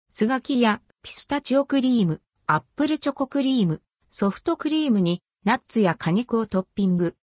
スガキヤ、ピスタチオクリーム、アップルチョコクリーム、ソフトクリームにナッツや果肉をトッピング。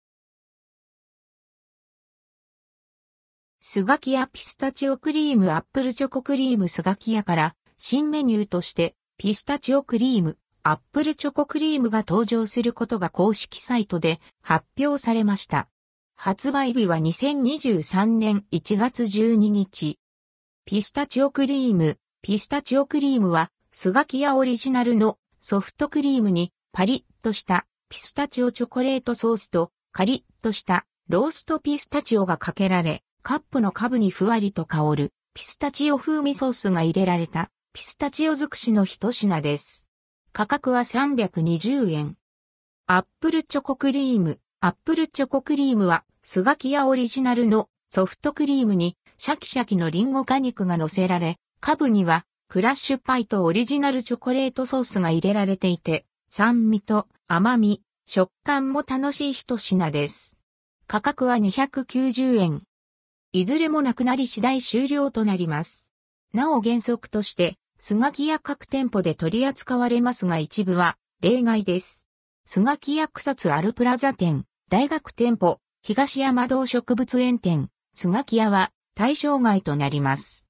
スガキヤピスタチオクリームアップルチョコクリームスガキヤから新メニューとしてピスタチオクリーム、アップルチョコクリームが登場することが公式サイトで発表されました。発売日は2023年1月12日。ピスタチオクリーム。ピスタチオクリームはスガキヤオリジナルのソフトクリームにパリッとしたピスタチオチョコレートソースとカリッとしたローストピスタチオがかけられ、カップの下部にふわりと香るピスタチオ風味ソースが入れられたピスタチオ尽くしの一品です。価格は320円。アップルチョコクリーム。アップルチョコクリームはスガキヤオリジナルのソフトクリームにシャキシャキのリンゴ果肉が乗せられ、下部にはクラッシュパイとオリジナルチョコレートソースが入れられていて、酸味と甘み、食感も楽しい一品です。価格は290円。いずれもなくなり次第終了となります。なお原則として、スガキヤ各店舗で取り扱われますが一部は例外です。スガキヤ草津アルプラザ店、大学店舗、東山堂植物園店、スガキヤは対象外となります。